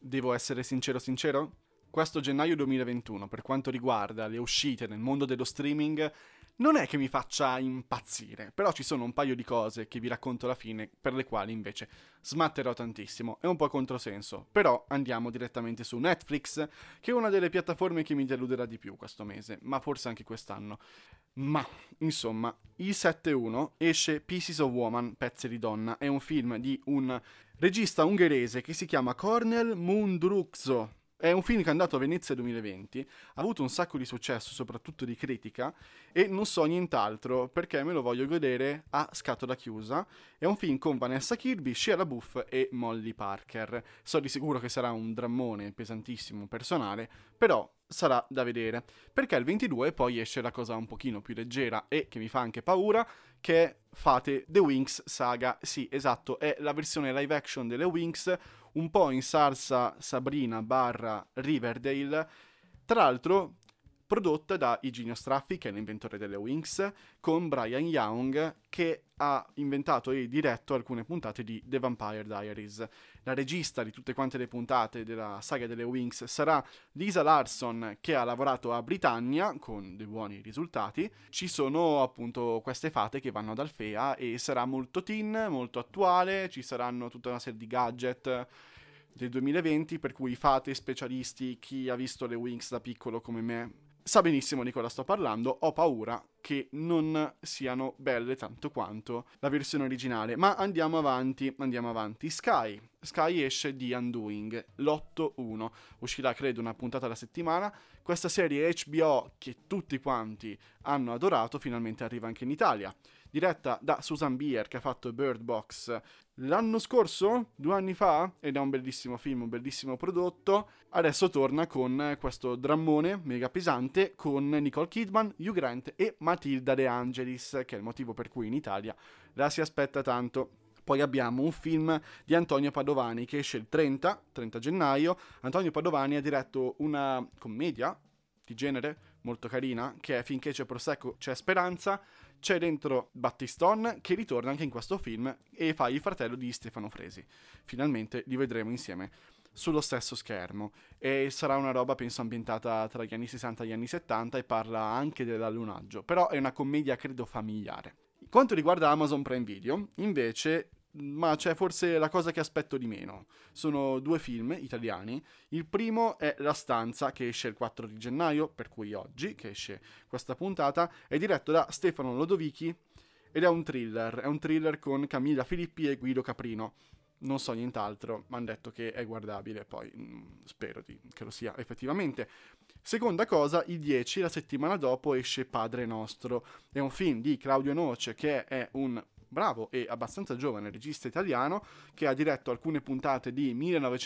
devo essere sincero? Questo gennaio 2021, per quanto riguarda le uscite nel mondo dello streaming, non è che mi faccia impazzire, però ci sono un paio di cose che vi racconto alla fine, per le quali invece smatterò tantissimo. È un po' controsenso, però andiamo direttamente su Netflix, che è una delle piattaforme che mi deluderà di più questo mese, ma forse anche quest'anno. Ma, insomma, il 7-1 esce Pieces of Woman, Pezzi di donna, è un film di un regista ungherese che si chiama Cornel Mundruczó. È un film che è andato a Venezia 2020, ha avuto un sacco di successo, soprattutto di critica, e non so nient'altro perché me lo voglio godere a scatola chiusa. È un film con Vanessa Kirby, Shia LaBeouf e Molly Parker. So di sicuro che sarà un drammone pesantissimo, personale, però sarà da vedere, perché il 22 poi esce la cosa un pochino più leggera e che mi fa anche paura, che è Fate The Winx Saga. Sì, esatto, è la versione live action delle Winx, un po' in salsa Sabrina / Riverdale, tra l'altro prodotta da Eugenio Straffi, che è l'inventore delle Winx, con Brian Young, che ha inventato e diretto alcune puntate di The Vampire Diaries. La regista di tutte quante le puntate della saga delle Winx sarà Lisa Larson, che ha lavorato a Britannia con dei buoni risultati. Ci sono appunto queste fate che vanno ad Alfea e sarà molto teen, molto attuale, ci saranno tutta una serie di gadget del 2020, per cui fate, specialisti, chi ha visto le Winx da piccolo come me sa benissimo di cosa sto parlando. Ho paura che non siano belle tanto quanto la versione originale, ma andiamo avanti. Sky esce di Undoing, l'8-1, uscirà credo una puntata alla settimana. Questa serie HBO che tutti quanti hanno adorato finalmente arriva anche in Italia, diretta da Susan Bier, che ha fatto Bird Box l'anno scorso, 2 anni fa, ed è un bellissimo film, un bellissimo prodotto. Adesso torna con questo drammone mega pesante con Nicole Kidman, Hugh Grant e Matilda De Angelis, che è il motivo per cui in Italia la si aspetta tanto. Poi abbiamo un film di Antonio Padovani che esce il 30 gennaio. Antonio Padovani ha diretto una commedia di genere molto carina, che è Finché c'è Prosecco c'è Speranza. C'è dentro Battiston, che ritorna anche in questo film e fa il fratello di Stefano Fresi. Finalmente li vedremo insieme sullo stesso schermo, e sarà una roba penso ambientata tra gli anni 60 e gli anni 70 e parla anche dell'allunaggio, però è una commedia credo familiare. Quanto riguarda Amazon Prime Video, invece, ma c'è forse la cosa che aspetto di meno. Sono 2 film italiani. Il primo è La Stanza, che esce il 4 di gennaio, per cui oggi, che esce questa puntata, è diretto da Stefano Lodovichi ed è un thriller con Camilla Filippi e Guido Caprino. Non so nient'altro, mi hanno detto che è guardabile, poi spero che lo sia effettivamente. Seconda cosa, il 10, la settimana dopo, esce Padre Nostro. È un film di Claudio Noce, che è un bravo e abbastanza giovane regista italiano, che ha diretto alcune puntate di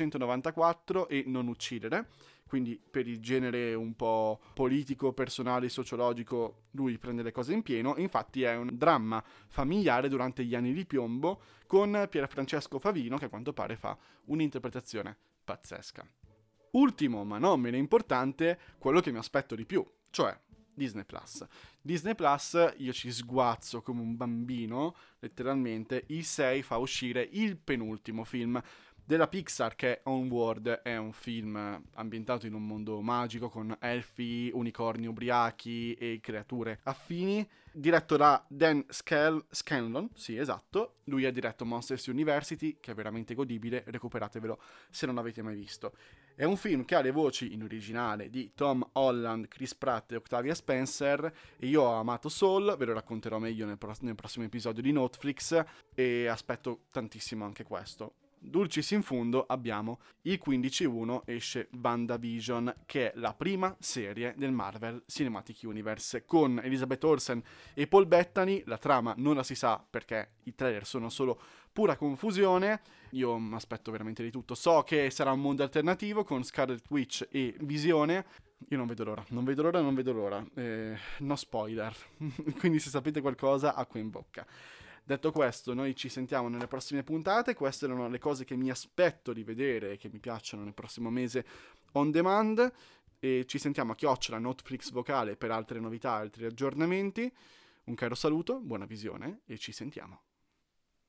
1994 e Non uccidere, quindi per il genere un po' politico, personale, sociologico, lui prende le cose in pieno. Infatti è un dramma familiare durante gli anni di piombo con Pierfrancesco Favino, che a quanto pare fa un'interpretazione pazzesca. Ultimo, ma non meno importante, quello che mi aspetto di più, cioè Disney Plus. Disney Plus, io ci sguazzo come un bambino, letteralmente. Il 6 fa uscire il penultimo film della Pixar, che è Onward. È un film ambientato in un mondo magico con elfi, unicorni ubriachi e creature affini, diretto da Dan Scanlon, sì esatto. Lui ha diretto Monsters University, che è veramente godibile, recuperatevelo se non l'avete mai visto. È un film che ha le voci in originale di Tom Holland, Chris Pratt e Octavia Spencer, e io ho amato Soul, ve lo racconterò meglio nel prossimo episodio di Netflix, e aspetto tantissimo anche questo. Dulcis in fundo abbiamo il 15-1 esce WandaVision, che è la prima serie del Marvel Cinematic Universe con Elizabeth Olsen e Paul Bettany. La trama non la si sa perché i trailer sono solo pura confusione. Io mi aspetto veramente di tutto. So che sarà un mondo alternativo con Scarlet Witch e Visione. Io non vedo l'ora. No spoiler. Quindi se sapete qualcosa, acqua in bocca. Detto questo, noi ci sentiamo nelle prossime puntate. Queste erano le cose che mi aspetto di vedere e che mi piacciono nel prossimo mese on demand. E ci sentiamo a @Netflix Vocale per altre novità, altri aggiornamenti. Un caro saluto, buona visione e ci sentiamo.